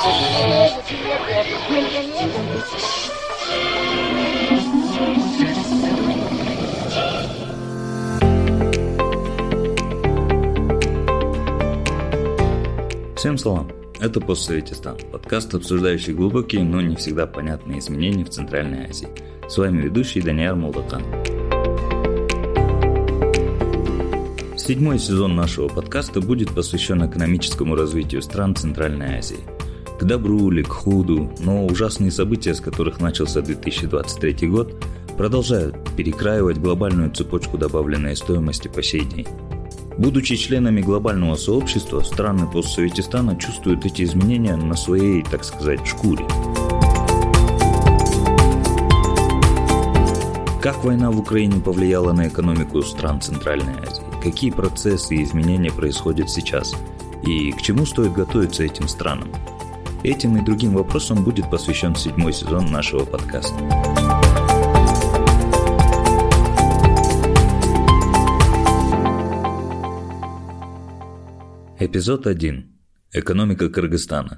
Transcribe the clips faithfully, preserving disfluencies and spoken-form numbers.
Всем салам, это «Постсоветистан», подкаст, обсуждающий глубокие, но не всегда понятные изменения в Центральной Азии. С вами ведущий Данияр Молдакан. Седьмой сезон нашего подкаста будет посвящен экономическому развитию стран Центральной Азии. К добру или к худу, но ужасные события, с которых начался две тысячи двадцать третий год, продолжают перекраивать глобальную цепочку добавленной стоимости по сей день. Будучи членами глобального сообщества, страны постсоветистана чувствуют эти изменения на своей, так сказать, шкуре. Как война в Украине повлияла на экономику стран Центральной Азии? Какие процессы и изменения происходят сейчас? И к чему стоит готовиться этим странам? Этим и другим вопросам будет посвящен седьмой сезон нашего подкаста. Эпизод один. Экономика Кыргызстана.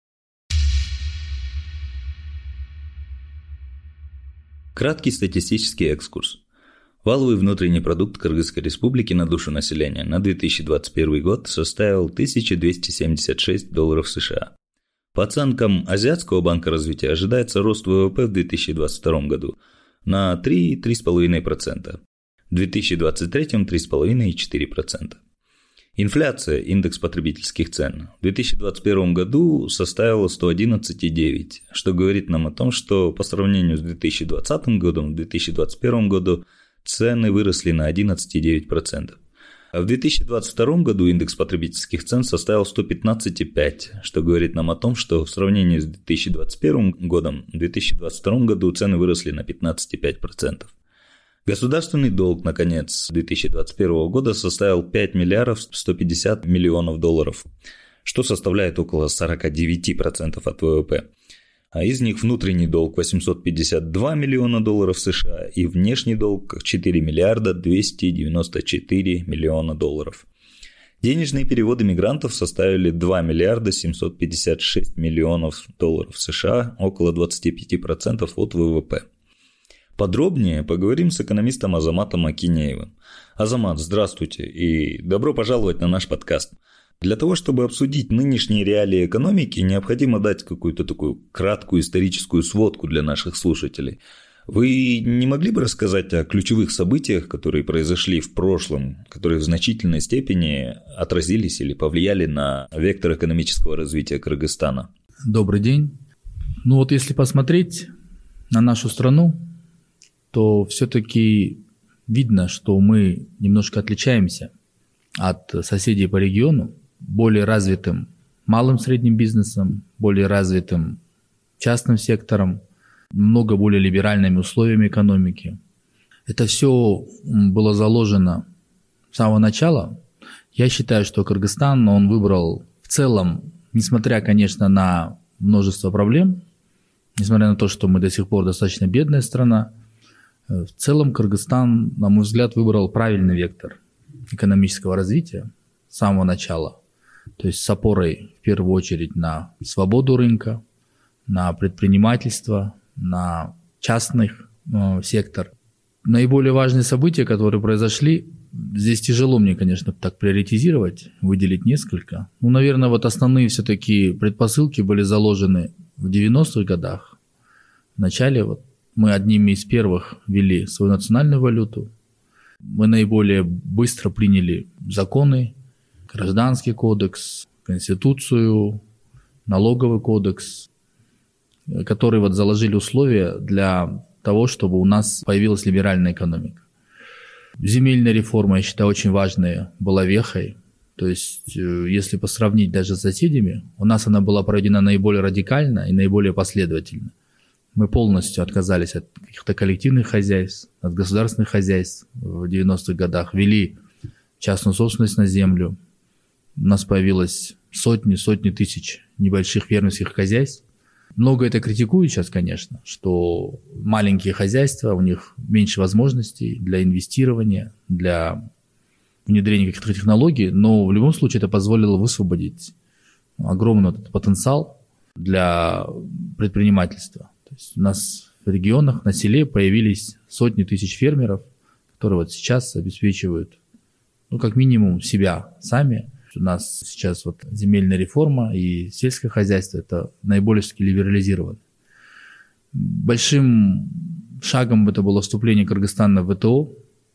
Краткий статистический экскурс. Валовый внутренний продукт Кыргызской Республики на душу населения на две тысячи двадцать первый год составил тысяча двести семьдесят шесть долларов США. По оценкам Азиатского банка развития ожидается рост ВВП в две тысячи двадцать втором году на три - три целых пять десятых процента, в две тысячи двадцать третьем – три целых пять десятых - четыре процента. Инфляция, индекс потребительских цен, в две тысячи двадцать первом году составила сто одиннадцать целых девять десятых, что говорит нам о том, что по сравнению с две тысячи двадцатым годом, в две тысячи двадцать первом году цены выросли на одиннадцать целых девять десятых процента. А в две тысячи двадцать втором году индекс потребительских цен составил сто пятнадцать целых пять десятых, что говорит нам о том, что в сравнении с две тысячи двадцать первым годом, в две тысячи двадцать втором году цены выросли на пятнадцать целых пять десятых процента. Государственный долг, наконец, две тысячи двадцать первого года составил пять миллиардов сто пятьдесят миллионов долларов, что составляет около сорок девять процентов от ВВП. А из них внутренний долг восемьсот пятьдесят два миллиона долларов США и внешний долг четыре миллиарда двести девяносто четыре миллиона долларов. Денежные переводы мигрантов составили два миллиарда семьсот пятьдесят шесть миллионов долларов США, около двадцать пять процентов от ВВП. Подробнее поговорим с экономистом Азаматом Акинеевым. Азамат, здравствуйте и добро пожаловать на наш подкаст. Для того, чтобы обсудить нынешние реалии экономики, необходимо дать какую-то такую краткую историческую сводку для наших слушателей. Вы не могли бы рассказать о ключевых событиях, которые произошли в прошлом, которые в значительной степени отразились или повлияли на вектор экономического развития Кыргызстана? Добрый день. Ну вот если посмотреть на нашу страну, то все-таки видно, что мы немножко отличаемся от соседей по региону, более развитым малым средним бизнесом, более развитым частным сектором, много более либеральными условиями экономики. Это все было заложено с самого начала. Я считаю, что Кыргызстан, он выбрал в целом, несмотря, конечно, на множество проблем, несмотря на то, что мы до сих пор достаточно бедная страна, в целом Кыргызстан, на мой взгляд, выбрал правильный вектор экономического развития с самого начала. То есть с опорой в первую очередь на свободу рынка, на предпринимательство, на частный э, сектор. Наиболее важные события, которые произошли, здесь тяжело мне, конечно, так приоритизировать, выделить несколько. Ну, наверное, вот основные все-таки предпосылки были заложены в девяностых годах. В начале вот мы одними из первых ввели свою национальную валюту. Мы наиболее быстро приняли законы, гражданский кодекс, конституцию, налоговый кодекс, которые вот заложили условия для того, чтобы у нас появилась либеральная экономика. Земельная реформа, я считаю, очень важная была вехой. То есть, если посравнить даже с соседями, у нас она была проведена наиболее радикально и наиболее последовательно. Мы полностью отказались от каких-то коллективных хозяйств, от государственных хозяйств в девяностых годах, ввели частную собственность на землю. У нас появилось сотни, сотни тысяч небольших фермерских хозяйств. Много это критикуют сейчас, конечно, что маленькие хозяйства, у них меньше возможностей для инвестирования, для внедрения каких-то технологий, но в любом случае это позволило высвободить огромный этот потенциал для предпринимательства. То есть у нас в регионах на селе появились сотни тысяч фермеров, которые вот сейчас обеспечивают, ну, как минимум, себя сами. У нас сейчас вот земельная реформа и сельское хозяйство – это наиболее либерализировано. Большим шагом это было вступление Кыргызстана в ВТО.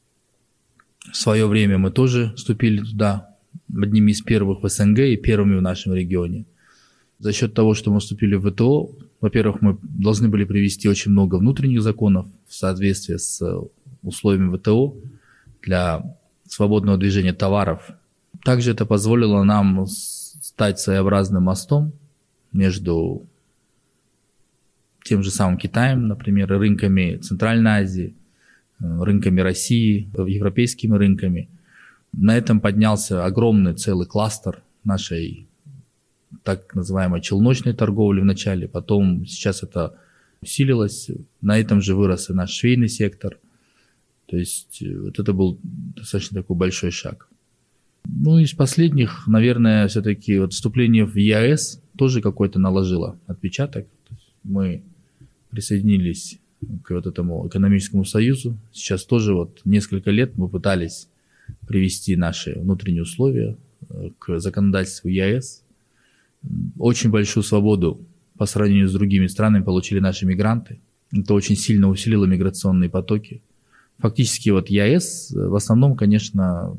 В свое время мы тоже вступили туда, одними из первых в СНГ и первыми в нашем регионе. За счет того, что мы вступили в ВТО, во-первых, мы должны были привести очень много внутренних законов в соответствии с условиями ВТО для свободного движения товаров. Также это позволило нам стать своеобразным мостом между тем же самым Китаем, например, рынками Центральной Азии, рынками России, европейскими рынками. На этом поднялся огромный целый кластер нашей так называемой челночной торговли в начале, потом сейчас это усилилось, на этом же вырос и наш швейный сектор. То есть вот это был достаточно такой большой шаг. Ну, из последних, наверное, все-таки вот вступление в ЕАЭС тоже какой-то наложило отпечаток. То есть мы присоединились к вот этому экономическому союзу. Сейчас тоже вот несколько лет мы пытались привести наши внутренние условия к законодательству ЕАЭС. Очень большую свободу по сравнению с другими странами получили наши мигранты. Это очень сильно усилило миграционные потоки. Фактически вот ЕАЭС в основном, конечно,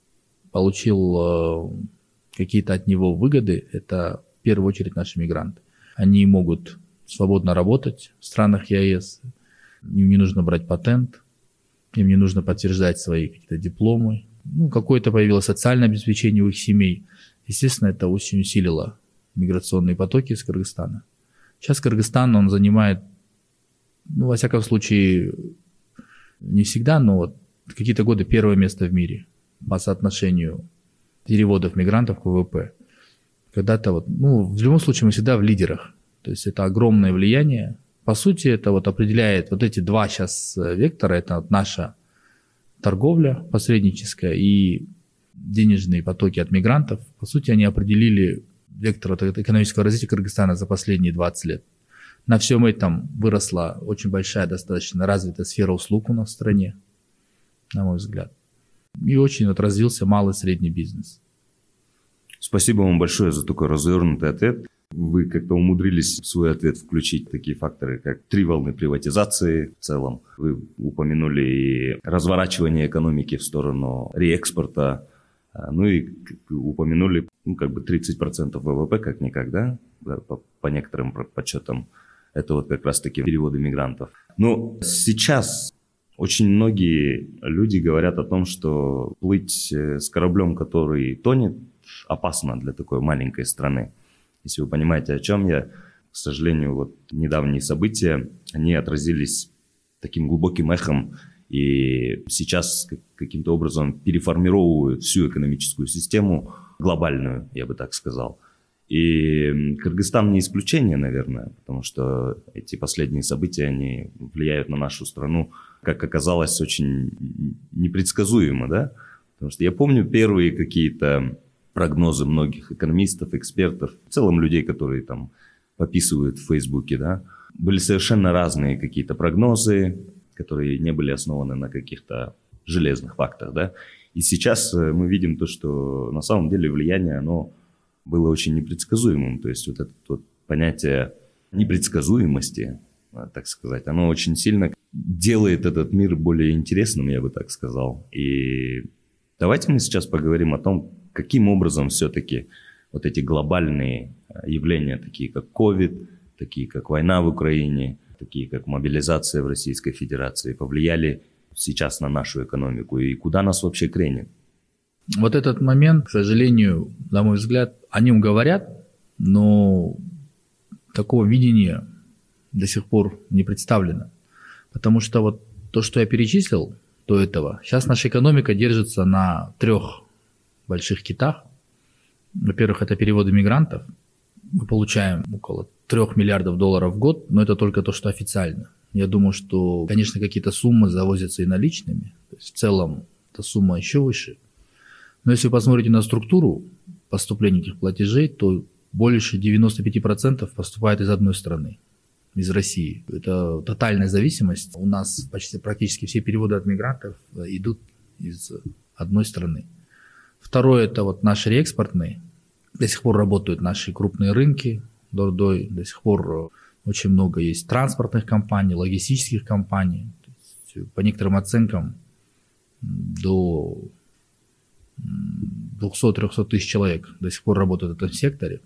получил какие-то от него выгоды. Это в первую очередь наши мигранты. Они могут свободно работать в странах ЕАЭС. Им не нужно брать патент, им не нужно подтверждать свои какие-то дипломы. Ну, какое-то появилось социальное обеспечение у их семей. Естественно, это очень усилило миграционные потоки из Кыргызстана. Сейчас Кыргызстан, он занимает, ну, во всяком случае, не всегда, но вот какие-то годы первое место в мире по соотношению переводов мигрантов к ВВП. Когда-то вот, ну, в любом случае мы всегда в лидерах. То есть это огромное влияние. По сути, это вот определяет вот эти два сейчас вектора. Это вот наша торговля посредническая и денежные потоки от мигрантов. По сути, они определили вектор вот экономического развития Кыргызстана за последние двадцать лет. На всем этом выросла очень большая, достаточно развитая сфера услуг у нас в стране, на мой взгляд. И очень вот развился малый и средний бизнес. Спасибо вам большое за такой развернутый ответ. Вы как-то умудрились в свой ответ включить такие факторы, как три волны приватизации в целом. Вы упомянули и разворачивание экономики в сторону реэкспорта. Ну и упомянули, ну, как бы тридцать процентов ВВП как-никак, да, по, по некоторым подсчетам. Это вот как раз-таки переводы мигрантов. Но сейчас очень многие люди говорят о том, что плыть с кораблем, который тонет, опасно для такой маленькой страны. Если вы понимаете, о чем я, к сожалению, вот недавние события, они отразились таким глубоким эхом и сейчас каким-то образом переформировывают всю экономическую систему, глобальную, я бы так сказал. И Кыргызстан не исключение, наверное, потому что эти последние события, они влияют на нашу страну, как оказалось, очень непредсказуемо, да? Потому что я помню первые какие-то прогнозы многих экономистов, экспертов, в целом людей, которые там пописывают в Фейсбуке, да, были совершенно разные какие-то прогнозы, которые не были основаны на каких-то железных фактах, да. И сейчас мы видим то, что на самом деле влияние, оно было очень непредсказуемым. То есть вот это вот понятие непредсказуемости, так сказать, оно очень сильно делает этот мир более интересным, я бы так сказал. И давайте мы сейчас поговорим о том, каким образом все-таки вот эти глобальные явления, такие как ковид, такие как война в Украине, такие как мобилизация в Российской Федерации, повлияли сейчас на нашу экономику и куда нас вообще кренит? Вот этот момент, к сожалению, на мой взгляд, о нем говорят, но такого видения до сих пор не представлено. Потому что вот то, что я перечислил до этого, сейчас наша экономика держится на трех больших китах. Во-первых, это переводы мигрантов. Мы получаем около трех миллиардов долларов в год, но это только то, что официально. Я думаю, что, конечно, какие-то суммы завозятся и наличными. То есть в целом эта сумма еще выше. Но если вы посмотрите на структуру поступления этих платежей, то больше девяносто пять процентов поступает из одной страны, из России. Это тотальная зависимость. У нас почти практически все переводы от мигрантов идут из одной страны. Второе, это вот наши реэкспортные. До сих пор работают наши крупные рынки Дордой, до сих пор очень много есть транспортных компаний, логистических компаний. То есть, по некоторым оценкам до двести-триста тысяч человек до сих пор работают в этом секторе.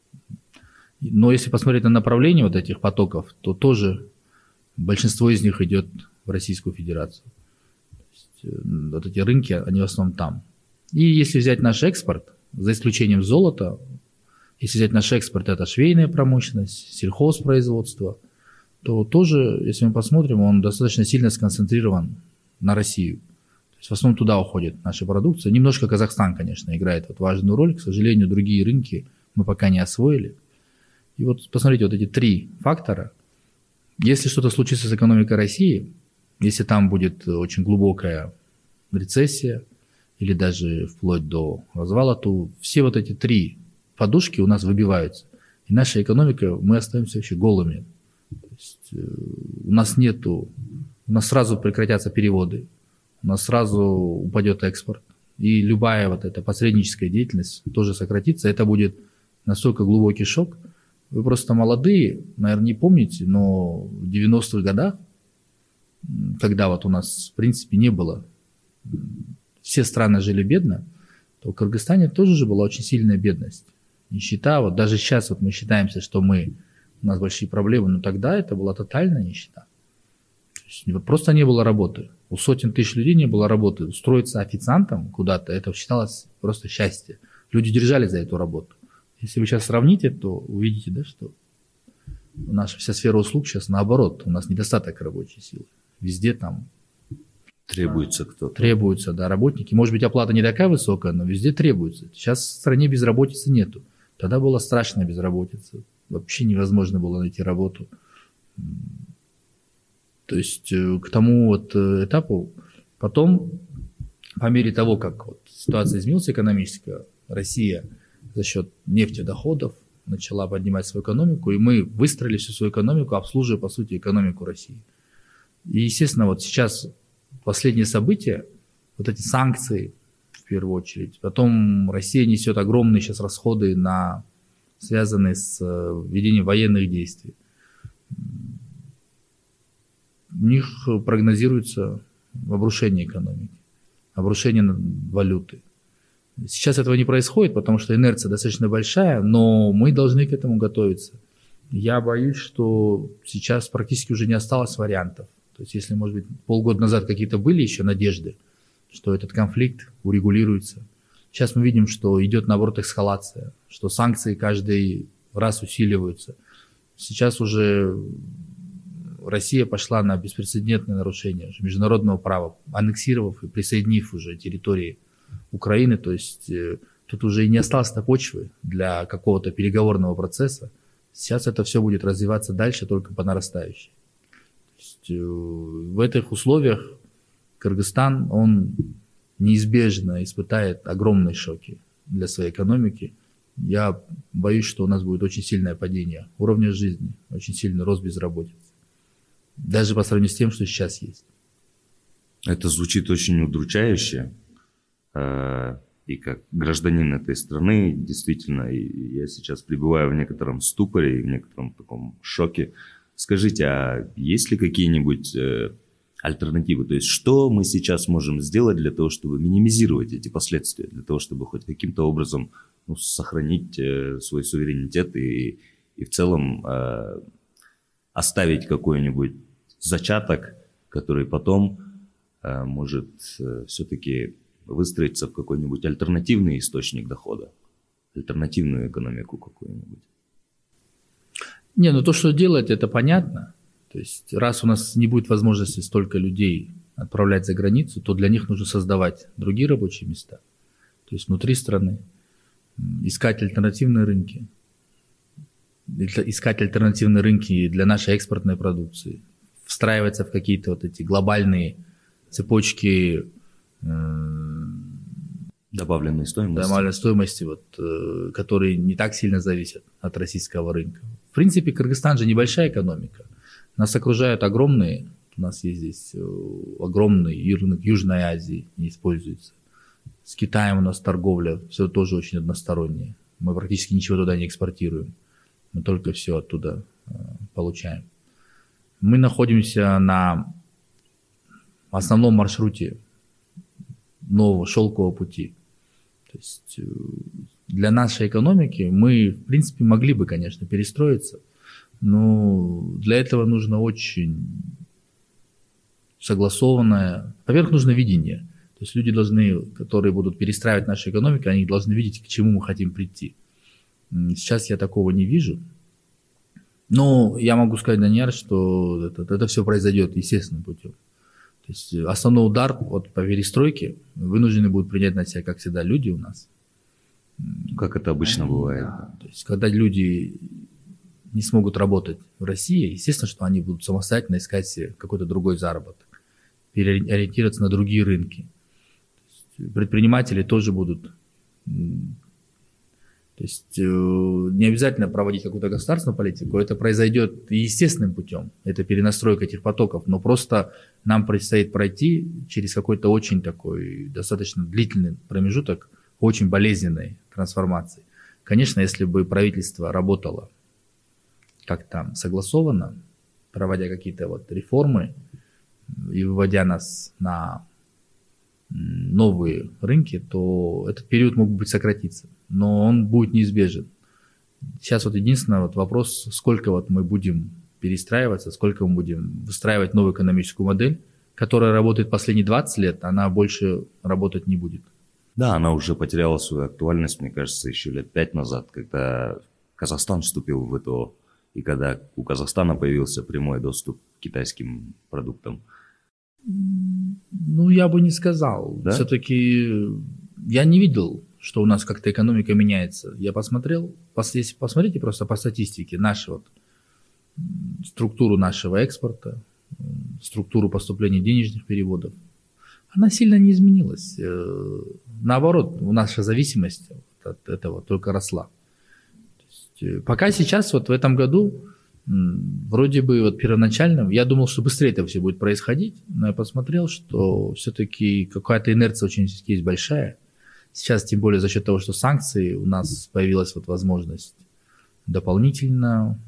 Но если посмотреть на направление вот этих потоков, то тоже большинство из них идет в Российскую Федерацию. То есть, вот эти рынки, они в основном там. И если взять наш экспорт, за исключением золота, если взять наш экспорт, это швейная промышленность, сельхозпроизводство, то тоже, если мы посмотрим, он достаточно сильно сконцентрирован на Россию. То есть в основном туда уходит наша продукция. Немножко Казахстан, конечно, играет вот важную роль. К сожалению, другие рынки мы пока не освоили. И вот посмотрите, вот эти три фактора. Если что-то случится с экономикой России, если там будет очень глубокая рецессия или даже вплоть до развала, то все вот эти три подушки у нас выбиваются. И наша экономика, мы остаемся вообще голыми. То есть, э, у нас нету, у нас сразу прекратятся переводы, у нас сразу упадет экспорт. И любая вот эта посредническая деятельность тоже сократится. Это будет настолько глубокий шок. Вы просто молодые, наверное, не помните, но в девяностых годах, когда вот у нас, в принципе, не было, все страны жили бедно, то в Кыргызстане тоже же была очень сильная бедность. Нищета, вот даже сейчас вот мы считаемся, что мы, у нас большие проблемы, но тогда это была тотальная нищета. То есть просто не было работы. У сотен тысяч людей не было работы. Устроиться официантом куда-то, это считалось просто счастье. Люди держали за эту работу. Если вы сейчас сравните, то увидите, да, что наша вся сфера услуг сейчас наоборот. У нас недостаток рабочей силы. Везде там требуется кто-то. Требуются, да, работники. Может быть, оплата не такая высокая, но везде требуется. Сейчас в стране безработицы нету. Тогда была страшная безработица. Вообще невозможно было найти работу. То есть к тому вот этапу потом, по мере того, как вот ситуация изменилась экономическая, Россия за счет нефтедоходов начала поднимать свою экономику, и мы выстроили всю свою экономику, обслуживая, по сути, экономику России. И, естественно, вот сейчас последние события, вот эти санкции, в первую очередь, потом Россия несет огромные сейчас расходы, на, связанные с ведением военных действий. У них прогнозируется обрушение экономики, обрушение валюты. Сейчас этого не происходит, потому что инерция достаточно большая, но мы должны к этому готовиться. Я боюсь, что сейчас практически уже не осталось вариантов. То есть если, может быть, полгода назад какие-то были еще надежды, что этот конфликт урегулируется. Сейчас мы видим, что идет, наоборот, эскалация, что санкции каждый раз усиливаются. Сейчас уже Россия пошла на беспрецедентное нарушение международного права, аннексировав и присоединив уже территории Украины. То есть э, тут уже и не осталось почвы для какого-то переговорного процесса. Сейчас это все будет развиваться дальше только по нарастающей. То есть, э, в этих условиях Кыргызстан, он неизбежно испытает огромные шоки для своей экономики. Я боюсь, что у нас будет очень сильное падение уровня жизни, очень сильный рост безработицы. Даже по сравнению с тем, что сейчас есть. Это звучит очень удручающе. И как гражданин этой страны, действительно, я сейчас пребываю в некотором ступоре и в некотором таком шоке. Скажите, а есть ли какие-нибудь альтернативы? То есть что мы сейчас можем сделать для того, чтобы минимизировать эти последствия, для того, чтобы хоть каким-то образом ну, сохранить свой суверенитет и, и в целом э, оставить какой-нибудь зачаток, который потом э, может э, все-таки выстроиться в какой-нибудь альтернативный источник дохода, альтернативную экономику какую-нибудь? Не, ну то, что делать, это понятно. То есть раз у нас не будет возможности столько людей отправлять за границу, то для них нужно создавать другие рабочие места. То есть внутри страны, искать альтернативные рынки, искать альтернативные рынки для нашей экспортной продукции, встраиваться в какие-то вот эти глобальные цепочки Добавленной стоимости. Добавленной стоимости, вот, э, которые не так сильно зависят от российского рынка. В принципе, Кыргызстан же небольшая экономика. Нас окружают огромные, у нас есть здесь огромный рынок Южной Азии, не используется. С Китаем у нас торговля, все тоже очень одностороннее. Мы практически ничего туда не экспортируем. Мы только все оттуда э, получаем. Мы находимся на основном маршруте нового шелкового пути. То есть э, для нашей экономики мы, в принципе, могли бы, конечно, перестроиться, но для этого нужно очень согласованное... Во-первых, нужно видение. То есть люди должны, которые будут перестраивать нашу экономику, они должны видеть, к чему мы хотим прийти. Сейчас я такого не вижу. Но я могу сказать, Данияр, что это, это все произойдет естественным путем. То есть основной удар вот по перестройке вынуждены будут принять на себя, как всегда, люди у нас. Как это обычно бывает. Да. То есть когда люди не смогут работать в России, естественно, что они будут самостоятельно искать себе какой-то другой заработок, переориентироваться на другие рынки. Предприниматели тоже будут, то есть не обязательно проводить какую-то государственную политику, это произойдет естественным путем, это перенастройка этих потоков, но просто нам предстоит пройти через какой-то очень такой достаточно длительный промежуток очень болезненной трансформации. Конечно, если бы правительство работало как-то согласованно, проводя какие-то вот реформы и выводя нас на новые рынки, то этот период мог бы сократиться, но он будет неизбежен. Сейчас вот единственный вот вопрос, сколько вот мы будем перестраиваться, сколько мы будем выстраивать новую экономическую модель, которая работает последние двадцать лет, она больше работать не будет. Да, она уже потеряла свою актуальность, мне кажется, еще лет пять назад, когда Казахстан вступил в ВТО, и когда у Казахстана появился прямой доступ к китайским продуктам. Ну, я бы не сказал. Да? Все-таки я не видел, что у нас как-то экономика меняется. Я посмотрел, если посмотрите просто по статистике нашу вот, структуру нашего экспорта, структуру поступления денежных переводов, она сильно не изменилась. Наоборот, наша зависимость от этого только росла. То есть, пока сейчас, вот в этом году, вроде бы вот первоначально, я думал, что быстрее это все будет происходить, но я посмотрел, что все-таки какая-то инерция очень есть большая. Сейчас, тем более за счет того, что санкции, у нас появилась вот возможность дополнительно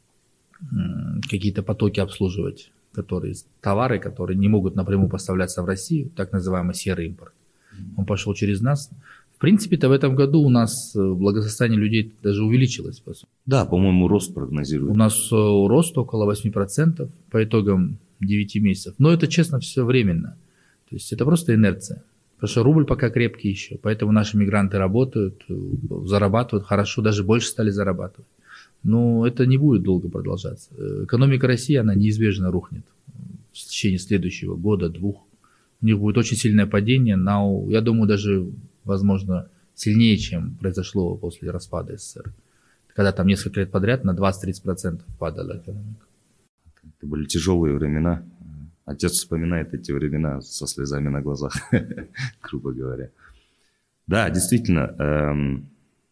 какие-то потоки обслуживать, которые товары, которые не могут напрямую поставляться в Россию, так называемый серый импорт. Он пошел через нас. В принципе-то в этом году у нас благосостояние людей даже увеличилось. По сути. Да, по-моему, рост прогнозируют. У нас рост около восемь процентов по итогам девяти месяцев. Но это, честно, все временно. То есть это просто инерция. Потому что рубль пока крепкий еще. Поэтому наши мигранты работают, зарабатывают хорошо, даже больше стали зарабатывать. Но это не будет долго продолжаться. Экономика России, она неизбежно рухнет в течение следующего года, двух. У них будет очень сильное падение, но, я думаю, даже, возможно, сильнее, чем произошло после распада СССР. Когда там несколько лет подряд на двадцать-тридцать процентов падала экономика. Это были тяжелые времена. Отец вспоминает эти времена со слезами на глазах, грубо говоря. Да, действительно, эм,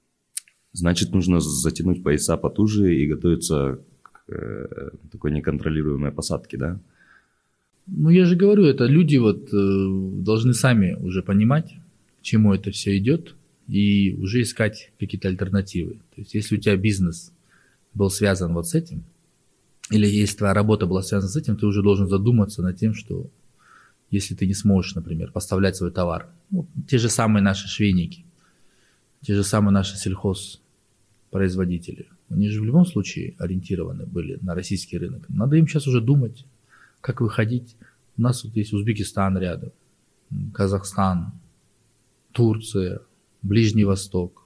значит, нужно затянуть пояса потуже и готовиться к э, такой неконтролируемой посадке, да? Ну, я же говорю, это люди вот э, должны сами уже понимать, к чему это все идет, и уже искать какие-то альтернативы. То есть, если у тебя бизнес был связан вот с этим, или если твоя работа была связана с этим, ты уже должен задуматься над тем, что если ты не сможешь, например, поставлять свой товар, ну, те же самые наши швейники, те же самые наши сельхозпроизводители, они же в любом случае ориентированы были на российский рынок. Надо им сейчас уже думать, как выходить. У нас вот есть Узбекистан рядом, Казахстан, Турция, Ближний Восток,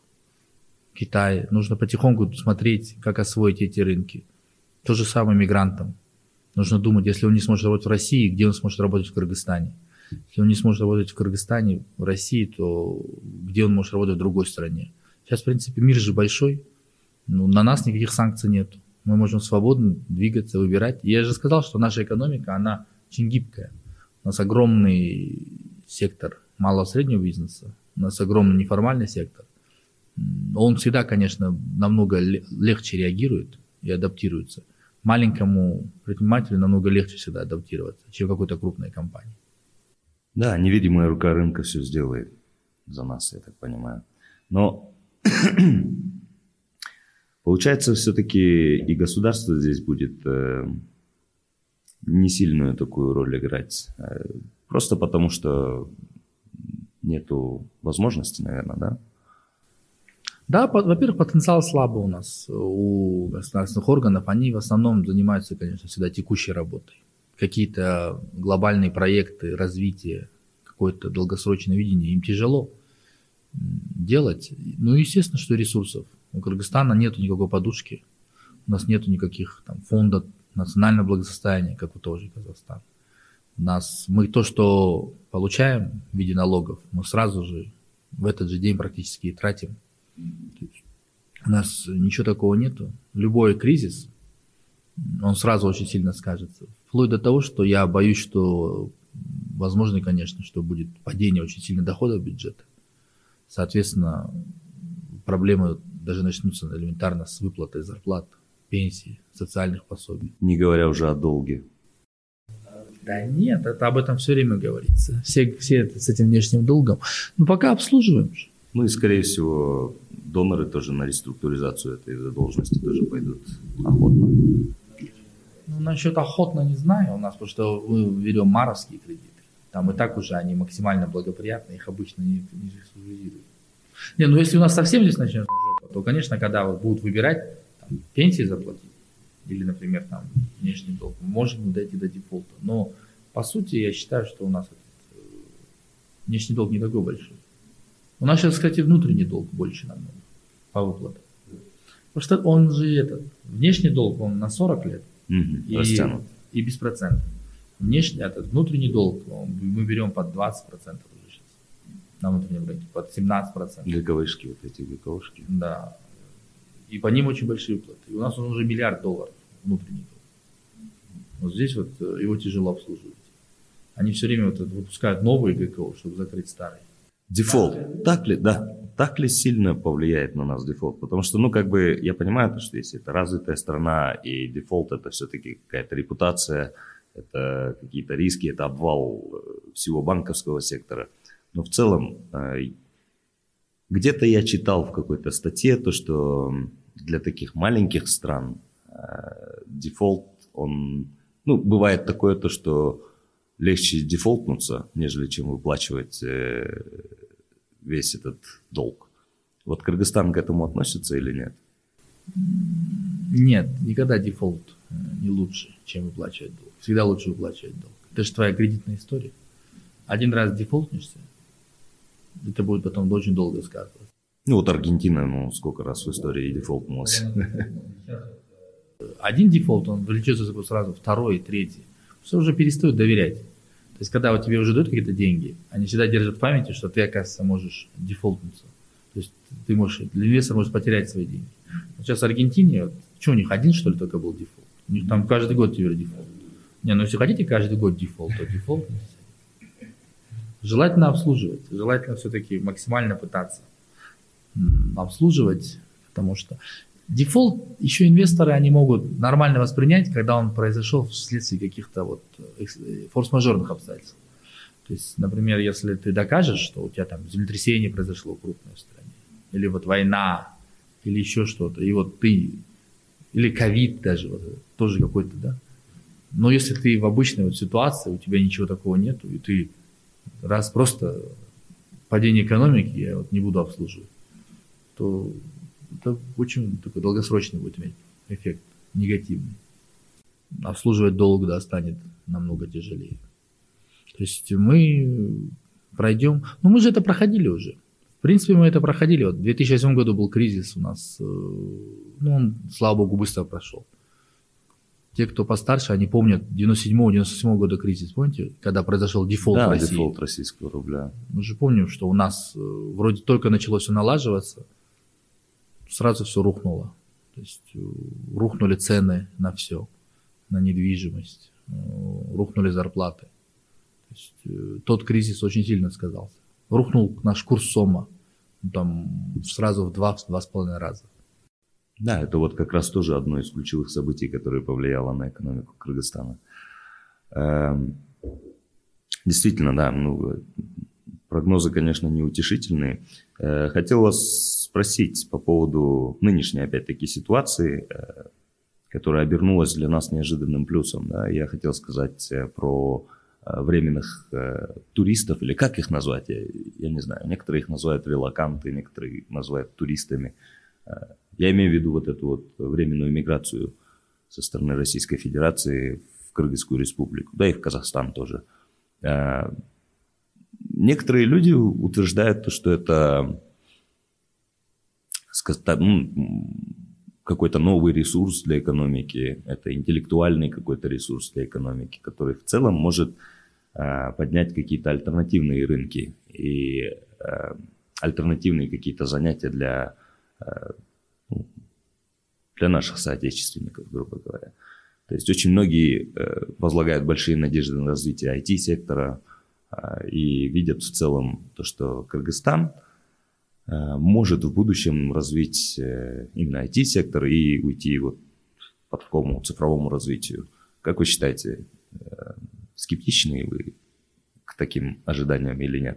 Китай. Нужно потихоньку смотреть, как освоить эти рынки. То же самое мигрантам. Нужно думать, если он не сможет работать в России, где он сможет работать в Кыргызстане. Если он не сможет работать в Кыргызстане, в России, то где он может работать в другой стране. Сейчас, в принципе, мир же большой. Ну, на нас никаких санкций нет. Мы можем свободно двигаться, выбирать. Я же сказал, что наша экономика, она очень гибкая. У нас огромный сектор малого и среднего бизнеса. У нас огромный неформальный сектор. Он всегда, конечно, намного легче реагирует и адаптируется. Маленькому предпринимателю намного легче всегда адаптироваться, чем какой-то крупной компании. Да, невидимая рука рынка все сделает за нас, я так понимаю. Но получается, все-таки и государство здесь будет э, не сильную такую роль играть. Э, просто потому, что нету возможности, наверное, да? Да, по- во-первых, потенциал слабый у нас, у государственных органов. Они в основном занимаются, конечно, всегда текущей работой. Какие-то глобальные проекты, развитие, какое-то долгосрочное видение им тяжело делать. Ну, естественно, что ресурсов. У Кыргызстана нет никакой подушки. У нас нет никаких там фондов национального благосостояния, как у того же Казахстана. У нас, мы то, что получаем в виде налогов, мы сразу же в этот же день практически и тратим. У нас ничего такого нету. Любой кризис, он сразу очень сильно скажется. Вплоть до того, что я боюсь, что возможно, конечно, что будет падение очень сильно доходов бюджета. Соответственно, проблемы даже начнутся элементарно с выплатой зарплат, пенсий, социальных пособий. Не говоря уже о долге. Да нет, это об этом все время говорится. Все, все это с этим внешним долгом. Но пока обслуживаем же. Ну и, скорее всего, доноры тоже на реструктуризацию этой задолженности тоже пойдут охотно. Ну, насчет охотно не знаю у нас, потому что мы берем маровские кредиты. Там и так уже они максимально благоприятны, их обычно не, не реструктуризируют. Не, ну если у нас совсем здесь начнется жопа, то, конечно, когда вот будут выбирать, там, пенсии заплатить, или, например, там, внешний долг, мы можем дойти до дефолта. Но, по сути, я считаю, что у нас этот, э, внешний долг не такой большой. У нас сейчас, кстати, внутренний долг больше намного по выплатам. Потому что он же этот, внешний долг, он на сорок лет Угу, и, и без процентов. Внешний, этот внутренний долг он, мы берем под двадцать процентов уже сейчас на внутреннем рынке, под семнадцать процентов. ГКВшки, вот эти ГКВшки. Да. И по ним очень большие выплаты. И у нас он уже миллиард долларов внутренний долг. Вот здесь вот его тяжело обслуживать. Они все время вот выпускают новые ГКО, чтобы закрыть старые. Дефолт. Так ли, да, так ли сильно повлияет на нас дефолт? Потому что, ну, как бы, я понимаю, что если это развитая страна, и дефолт это все-таки какая-то репутация, это какие-то риски, это обвал всего банковского сектора. Но в целом, где-то я читал в какой-то статье то, что для таких маленьких стран дефолт, он, ну, бывает такое то, что легче дефолтнуться, нежели чем выплачивать весь этот долг. Вот Кыргызстан к этому относится или нет? Нет, никогда дефолт не лучше, чем выплачивать долг. Всегда лучше выплачивать долг. Это же твоя кредитная история. Один раз дефолтнешься, это будет потом очень долго сказываться. Ну вот Аргентина, ну сколько раз в истории дефолтнулась. Один дефолт, он влечет за собой сразу второй, третий. Все уже перестают доверять. То есть, когда вот тебе уже дают какие-то деньги, они всегда держат в памяти, что ты, оказывается, можешь дефолтнуться. То есть, ты можешь, инвестор может потерять свои деньги. Вот сейчас в Аргентине, вот, что у них, один, что ли, только был дефолт? У них там каждый год теперь дефолт. Не, ну если хотите каждый год дефолт, то дефолт. Желательно обслуживать, желательно все-таки максимально пытаться обслуживать, потому что дефолт еще инвесторы, они могут нормально воспринять, когда он произошел вследствие каких-то вот форс-мажорных обстоятельств. То есть, например, если ты докажешь, что у тебя там землетрясение произошло крупное в стране, или вот война, или еще что-то, и вот ты, или ковид даже, вот, тоже какой-то, да. Но если ты в обычной вот ситуации, у тебя ничего такого нету, и ты раз просто падение экономики я вот не буду обслуживать, то это очень такой долгосрочный будет иметь эффект, негативный. Обслуживать долг, да, станет намного тяжелее. То есть мы пройдем, ну мы же это проходили уже. В принципе, мы это проходили. Вот в две тысячи восьмом году был кризис у нас, ну он, слава богу, быстро прошел. Те, кто постарше, они помнят девяносто седьмого — девяносто восьмого года кризис, помните, когда произошел дефолт да, в России? дефолт российского рубля. Мы же помним, что у нас вроде только началось все налаживаться, сразу все рухнуло. То есть рухнули цены на все, на недвижимость, рухнули зарплаты. То есть тот кризис очень сильно сказался. рухнул наш курс СОМа. Там сразу в два, в два с половиной раза. Да, это вот как раз тоже одно из ключевых событий, которое повлияло на экономику Кыргызстана. Действительно, да, ну, прогнозы, конечно, неутешительные. Хотел вас спросить по поводу нынешней, опять-таки, ситуации, которая обернулась для нас неожиданным плюсом. Да? Я хотел сказать про временных туристов, или как их назвать, я, я не знаю. Некоторые их называют релоканты, некоторые их называют туристами. Я имею в виду вот эту вот временную миграцию со стороны Российской Федерации в Кыргызскую республику, да и в Казахстан тоже. Некоторые люди утверждают, что это какой-то новый ресурс для экономики, это интеллектуальный какой-то ресурс для экономики, который в целом может поднять какие-то альтернативные рынки и альтернативные какие-то занятия для, для наших соотечественников, грубо говоря. То есть очень многие возлагают большие надежды на развитие ай ти-сектора и видят в целом то, что Кыргызстан может в будущем развить именно ай ти-сектор и уйти вот по такому цифровому развитию. Как вы считаете, скептичны вы к таким ожиданиям или нет?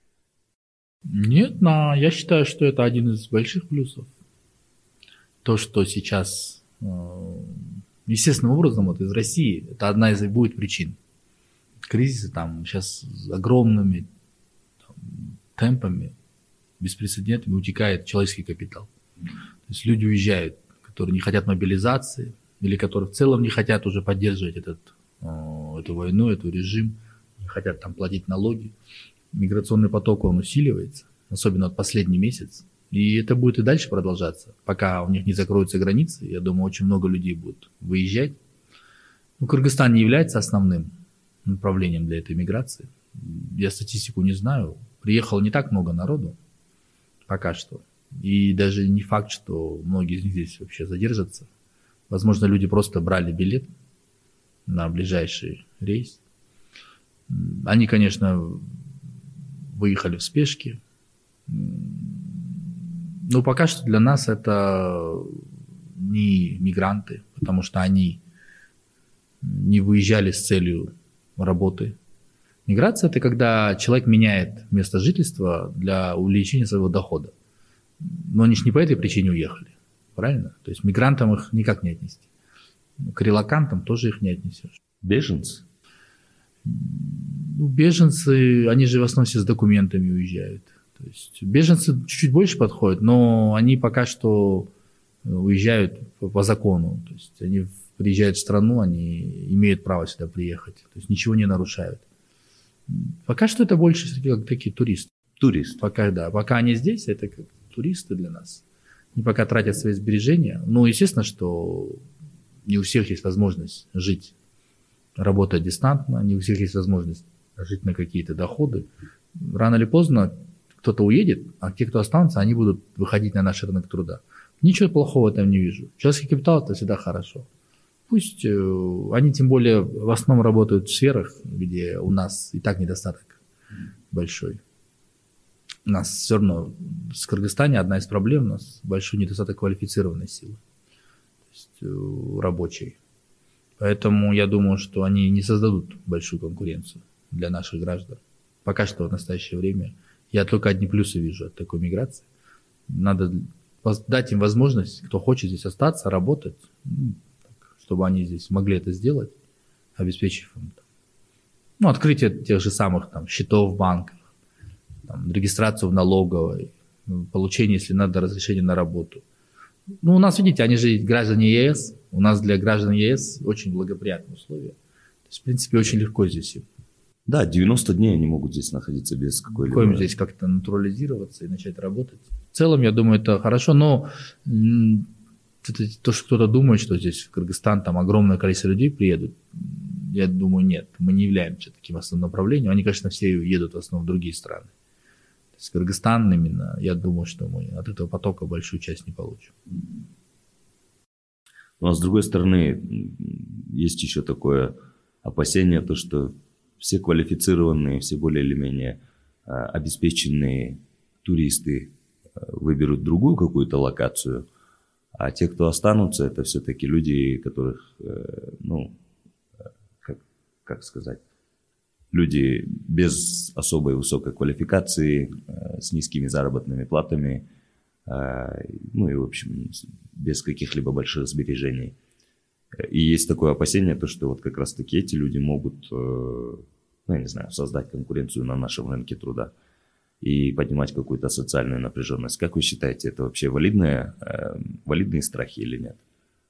Нет, но я считаю, что это один из больших плюсов. То, что сейчас естественным образом вот из России, это одна из будет причин. Кризисы там сейчас с огромными там, темпами, беспрецедентными утекает человеческий капитал. То есть люди уезжают, которые не хотят мобилизации, или которые в целом не хотят уже поддерживать этот, эту войну, этот режим, не хотят там платить налоги. Миграционный поток, он усиливается, особенно вот последний месяц. И это будет и дальше продолжаться, пока у них не закроются границы. Я думаю, очень много людей будут выезжать. Ну, Кыргызстан не является основным направлением для этой миграции. Я статистику не знаю. Приехало не так много народу пока что. И даже не факт, что многие из них здесь вообще задержатся. Возможно, люди просто брали билет на ближайший рейс. Они, конечно, выехали в спешке. Но пока что для нас это не мигранты, потому что они не выезжали с целью работы. Миграция – это когда человек меняет место жительства для увеличения своего дохода. Но они же не по этой причине уехали, правильно? То есть мигрантам их никак не отнести. К релокантам тоже их не отнесешь. Беженцы? Ну, беженцы, они же в основном все с документами уезжают. То есть беженцы чуть-чуть больше подходят, но они пока что уезжают по, по закону. То есть они приезжают в страну, они имеют право сюда приехать. То есть ничего не нарушают. Пока что это больше как такие туристы. Турист. Пока, да. Пока они здесь, это как туристы для нас. Они пока тратят свои сбережения. Ну, естественно, что не у всех есть возможность жить, работать дистантно, не у всех есть возможность жить на какие-то доходы. Рано или поздно кто-то уедет, а те, кто останутся, они будут выходить на наш рынок труда. Ничего плохого там не вижу. Человеческий капитал – это всегда хорошо. Пусть э, они тем более в основном работают в сферах, где у нас и так недостаток большой. У нас все равно в Кыргызстане одна из проблем, у нас большой недостаток квалифицированной силы, то есть э, рабочей. Поэтому я думаю, что они не создадут большую конкуренцию для наших граждан. Пока что в настоящее время я только одни плюсы вижу от такой миграции. Надо дать им возможность, кто хочет здесь остаться, работать, чтобы они здесь могли это сделать, обеспечив им там, ну, открытие тех же самых там, счетов в банках, там, регистрацию в налоговой, получение, если надо, разрешение на работу. Ну, у нас, видите, они же граждане ЕС, у нас для граждан ЕС очень благоприятные условия. То есть, в принципе, очень легко здесь им. Да, девяносто дней они могут здесь находиться без какой-либо... Легко им здесь как-то натурализироваться и начать работать. В целом, я думаю, это хорошо, но это, то, что кто-то думает, что здесь в Кыргызстан там огромное количество людей приедут, я думаю, нет, мы не являемся таким основным направлением. Они, конечно, все едут в основном в другие страны. То есть Кыргызстан именно, я думаю, что мы от этого потока большую часть не получим. Ну, а с другой стороны, есть еще такое опасение, то, что все квалифицированные, все более или менее обеспеченные туристы выберут другую какую-то локацию, а те, кто останутся, это все-таки люди, которых, ну, как, как сказать, люди без особой высокой квалификации, с низкими заработными платами, ну и, в общем, без каких-либо больших сбережений. И есть такое опасение, то, что вот как раз-таки эти люди могут, ну, я не знаю, создать конкуренцию на нашем рынке труда и поднимать какую-то социальную напряженность. Как вы считаете, это вообще валидные, валидные страхи или нет?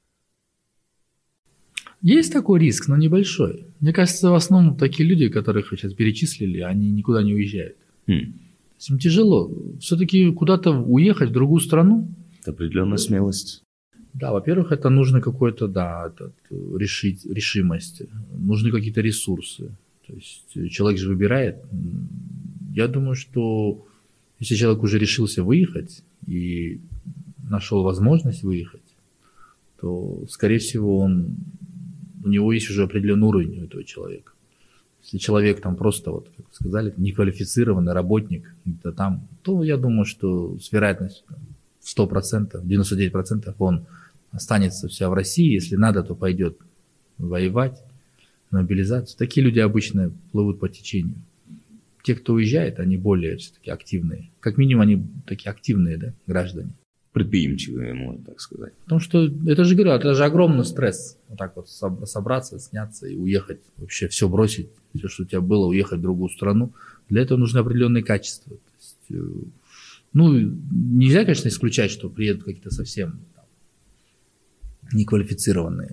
Есть такой риск, но небольшой. Мне кажется, в основном такие люди, которых вы сейчас перечислили, они никуда не уезжают. Хм. То есть им тяжело. Все-таки куда-то уехать в другую страну. Это определенная смелость. Да, во-первых, это нужно какое-то, да, этот, решить, решимость, нужны какие-то ресурсы. То есть человек же выбирает. Я думаю, что если человек уже решился выехать и нашел возможность выехать, то, скорее всего, он, у него есть уже определенный уровень у этого человека. Если человек там просто, вот, как вы сказали, неквалифицированный работник, где-то там, то я думаю, что с вероятностью сто процентов, девяносто девять процентов он останется вся в России. Если надо, то пойдет воевать, мобилизацию. Такие люди обычно плывут по течению. Те, кто уезжает, они более все-таки активные. Как минимум, они такие активные, да, граждане. Предприимчивые, можно так сказать. Потому что, это же, говорю, это же огромный стресс. Вот так вот собраться, сняться и уехать. Вообще все бросить, все, что у тебя было, уехать в другую страну. Для этого нужны определенные качества. То есть, ну, нельзя, конечно, исключать, что приедут какие-то совсем там неквалифицированные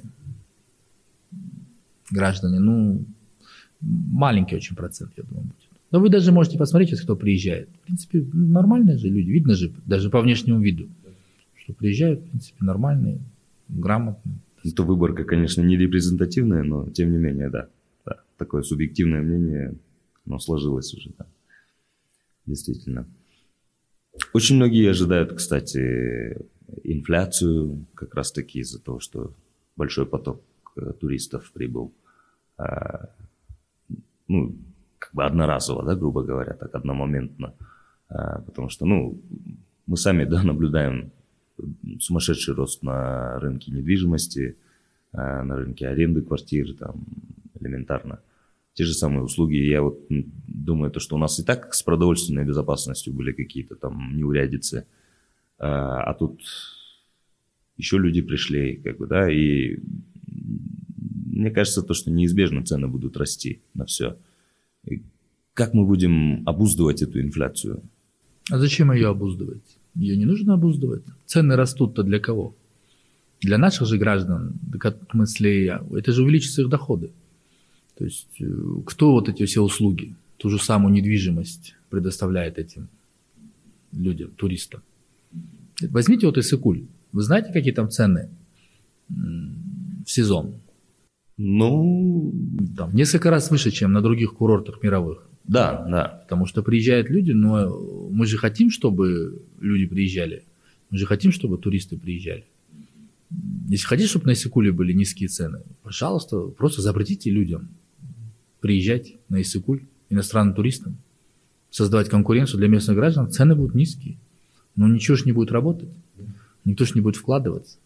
граждане. Ну, маленький очень процент, я думаю, будет. Но вы даже можете посмотреть, если кто приезжает. В принципе, нормальные же люди. Видно же, даже по внешнему виду, что приезжают, в принципе, нормальные, грамотные. Это выборка, конечно, не репрезентативная, но тем не менее, да. да такое субъективное мнение, оно сложилось уже, да. Действительно. Очень многие ожидают, кстати, инфляцию, как раз-таки из-за того, что большой поток туристов прибыл. Ну, как бы одноразово, да, грубо говоря, так одномоментно. Потому что, ну, мы сами, да, наблюдаем сумасшедший рост на рынке недвижимости, на рынке аренды квартир, там, элементарно. Те же самые услуги. Я вот думаю, то, что у нас и так с продовольственной безопасностью были какие-то там неурядицы, а тут еще люди пришли, как бы, да, и мне кажется, то, что неизбежно цены будут расти на все. И как мы будем обуздывать эту инфляцию? А зачем ее обуздывать? Ее не нужно обуздывать. Цены растут-то для кого? Для наших же граждан, в смысле, это же увеличится их доходы. То есть, кто вот эти все услуги, ту же самую недвижимость предоставляет этим людям, туристам? Возьмите вот Иссык-Куль. Вы знаете, какие там цены в сезон? Ну, там несколько раз выше, чем на других курортах мировых. Да, да. Потому что приезжают люди, но мы же хотим, чтобы люди приезжали. Мы же хотим, чтобы туристы приезжали. Если хотите, чтобы на Иссык-Куле были низкие цены, пожалуйста, просто запретите людям приезжать на Иссык-Куль, иностранным туристам, создавать конкуренцию для местных граждан, цены будут низкие. Но ничего же не будет работать, никто же не будет вкладываться.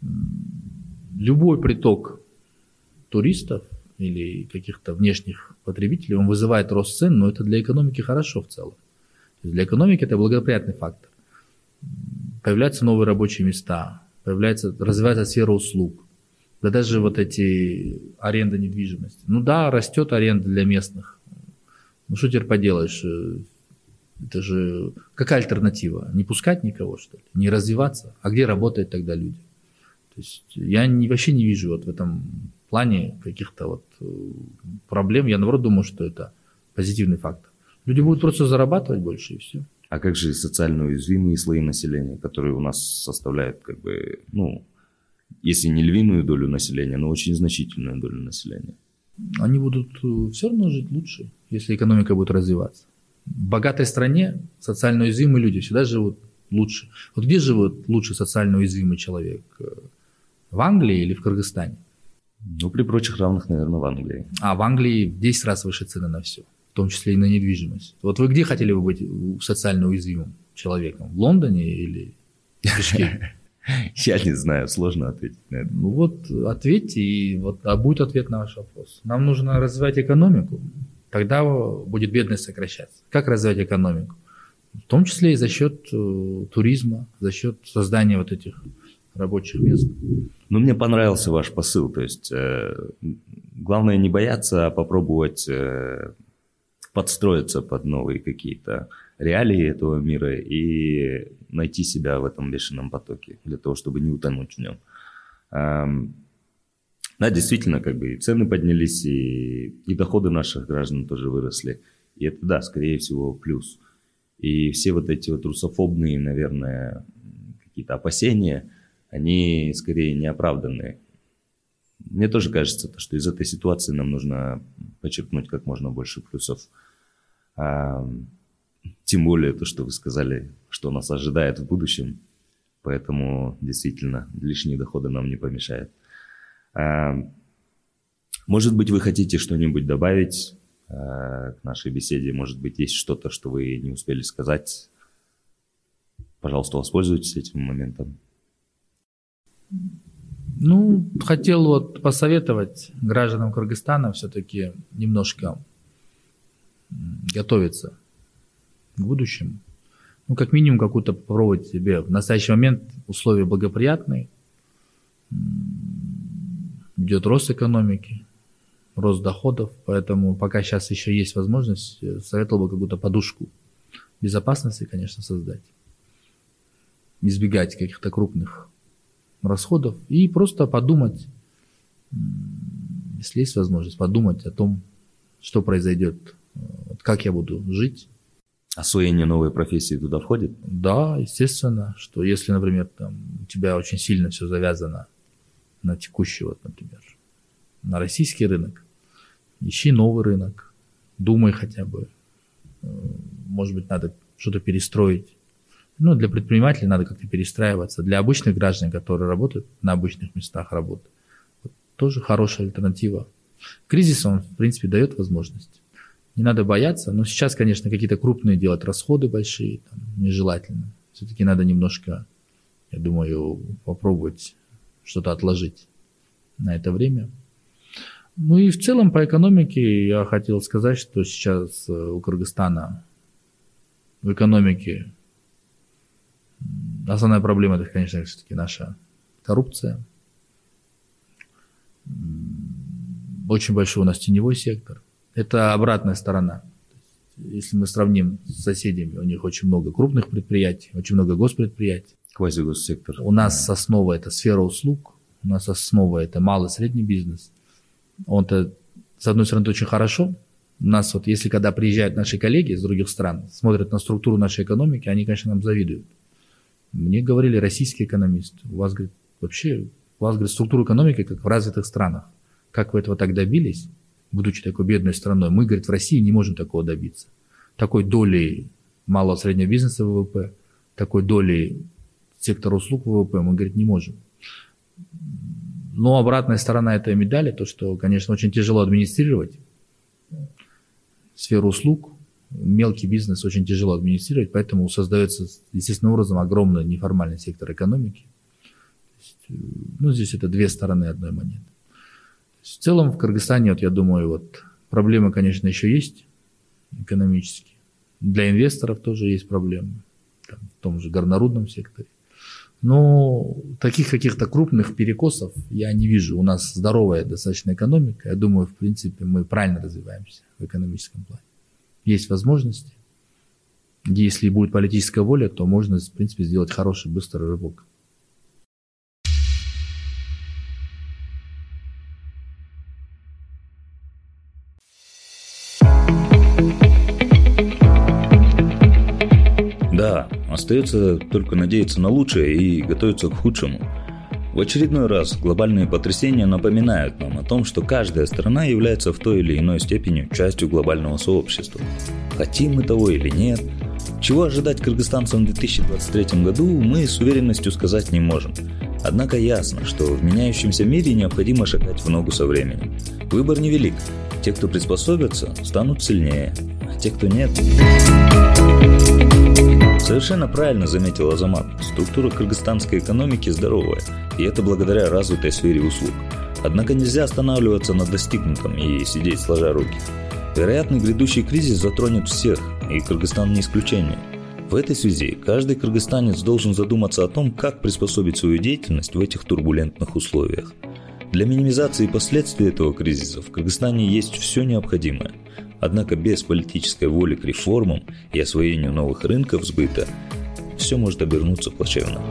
Любой приток туристов или каких-то внешних потребителей, он вызывает рост цен, но это для экономики хорошо в целом. То есть для экономики это благоприятный фактор. Появляются новые рабочие места, появляется, развивается сфера услуг, да даже вот эти аренда недвижимости. Ну да, растет аренда для местных. Ну что теперь поделаешь? Это же какая альтернатива? Не пускать никого, что ли? Не развиваться? А где работают тогда люди? То есть я не, вообще не вижу вот в этом плане каких-то вот проблем. Я наоборот думаю, что это позитивный фактор. Люди будут просто зарабатывать больше и все. А как же социально уязвимые слои населения, которые у нас составляют, как бы, ну, если не львиную долю населения, но очень значительную долю населения? Они будут все равно жить лучше, если экономика будет развиваться. В богатой стране социально уязвимые люди всегда живут лучше. Вот где живет лучше социально уязвимый человек? В Англии или в Кыргызстане? Ну, при прочих равных, наверное, в Англии. А в Англии в десять раз выше цены на все. В том числе и на недвижимость. Вот вы где хотели бы быть социально уязвимым человеком? В Лондоне или в Бишкеке? Я не знаю, сложно ответить на это. Ну вот ответьте, и вот, а будет ответ на ваш вопрос. Нам нужно развивать экономику, тогда будет бедность сокращаться. Как развивать экономику? В том числе и за счет э, туризма, за счет создания вот этих рабочих мест. Ну, мне понравился ваш посыл. То есть, э, главное не бояться, а попробовать э, подстроиться под новые какие-то реалии этого мира и найти себя в этом бешеном потоке, для того, чтобы не утонуть в нем. Эм, да, действительно, как бы и цены поднялись, и, и доходы наших граждан тоже выросли. И это, да, скорее всего, плюс. И все вот эти вот русофобные, наверное, какие-то опасения, они скорее неоправданные. Мне тоже кажется, что из этой ситуации нам нужно подчеркнуть как можно больше плюсов. А, тем более то, что вы сказали, что нас ожидает в будущем. Поэтому действительно лишние доходы нам не помешают. А, может быть, вы хотите что-нибудь добавить к нашей беседе? Может быть, есть что-то, что вы не успели сказать? Пожалуйста, воспользуйтесь этим моментом. Ну, хотел вот посоветовать гражданам Кыргызстана все-таки немножко готовиться к будущему. Ну, как минимум, какую-то попробовать себе в настоящий момент условия благоприятные. Идет рост экономики, рост доходов, поэтому пока сейчас еще есть возможность, советовал бы какую-то подушку безопасности, конечно, создать. Избегать каких-то крупных расходов и просто подумать, если есть возможность, подумать о том, что произойдет, как я буду жить. Освоение новой профессии туда входит? Да, естественно, что если, например, там, у тебя очень сильно все завязано на текущий, вот, например, на российский рынок, ищи новый рынок, думай хотя бы, может быть, надо что-то перестроить. Ну, для предпринимателей надо как-то перестраиваться. Для обычных граждан, которые работают на обычных местах работы, вот, тоже хорошая альтернатива. Кризис, он, в принципе, дает возможность. Не надо бояться, но сейчас, конечно, какие-то крупные делать расходы большие, там, нежелательно. Все-таки надо немножко, я думаю, попробовать что-то отложить на это время. Ну и в целом по экономике я хотел сказать, что сейчас у Кыргызстана в экономике основная проблема, это, конечно, все-таки наша коррупция. Очень большой у нас теневой сектор. Это обратная сторона. Если мы сравним с соседями, у них очень много крупных предприятий, очень много госпредприятий. Квазигоссектор. У нас основа – это сфера услуг, у нас основа – это малый и средний бизнес. Он-то, с одной стороны, очень хорошо. У нас вот, если когда приезжают наши коллеги из других стран, смотрят на структуру нашей экономики, они, конечно, нам завидуют. Мне говорили российские экономисты, у вас, говорит, вообще, у вас, говорит, структура экономики, как в развитых странах. Как вы этого так добились, будучи такой бедной страной? Мы, говорит, в России не можем такого добиться. Такой долей малого и среднего бизнеса в ВВП, такой долей сектора услуг в ВВП мы, говорит, не можем. Но обратная сторона этой медали, то, что, конечно, очень тяжело администрировать сферу услуг, мелкий бизнес очень тяжело администрировать, поэтому создается естественным образом огромный неформальный сектор экономики. Есть, ну, здесь это две стороны одной монеты. В целом в Кыргызстане, вот, я думаю, вот, проблемы, конечно, еще есть экономические. Для инвесторов тоже есть проблемы, там, в том же горнорудном секторе. Но таких каких-то крупных перекосов я не вижу. У нас здоровая достаточно экономика. Я думаю, в принципе, мы правильно развиваемся в экономическом плане. Есть возможности. Если будет политическая воля, то можно, в принципе, сделать хороший, быстрый рывок. Да, остается только надеяться на лучшее и готовиться к худшему. В очередной раз глобальные потрясения напоминают нам о том, что каждая страна является в той или иной степени частью глобального сообщества. Хотим мы того или нет, чего ожидать кыргызстанцам в две тысячи двадцать третьем году, мы с уверенностью сказать не можем. Однако ясно, что в меняющемся мире необходимо шагать в ногу со временем. Выбор невелик. Те, кто приспособятся, станут сильнее, а те, кто нет... Совершенно правильно заметил Азамат. Структура кыргызстанской экономики здоровая, и это благодаря развитой сфере услуг. Однако нельзя останавливаться на достигнутом и сидеть сложа руки. Вероятный грядущий кризис затронет всех, и Кыргызстан не исключение. В этой связи каждый кыргызстанец должен задуматься о том, как приспособить свою деятельность в этих турбулентных условиях. Для минимизации последствий этого кризиса в Кыргызстане есть все необходимое. Однако без политической воли к реформам и освоению новых рынков сбыта все может обернуться плачевно.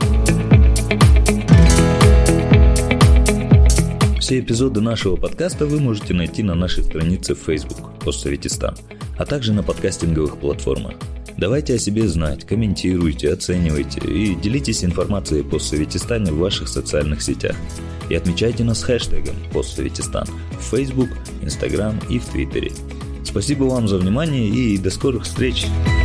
Все эпизоды нашего подкаста вы можете найти на нашей странице в Facebook «Постсоветистан», а также на подкастинговых платформах. Давайте о себе знать, комментируйте, оценивайте и делитесь информацией о Постсоветистане в ваших социальных сетях. И отмечайте нас хэштегом «Постсоветистан» в Facebook, Instagram и в Твиттере. Спасибо вам за внимание и до скорых встреч!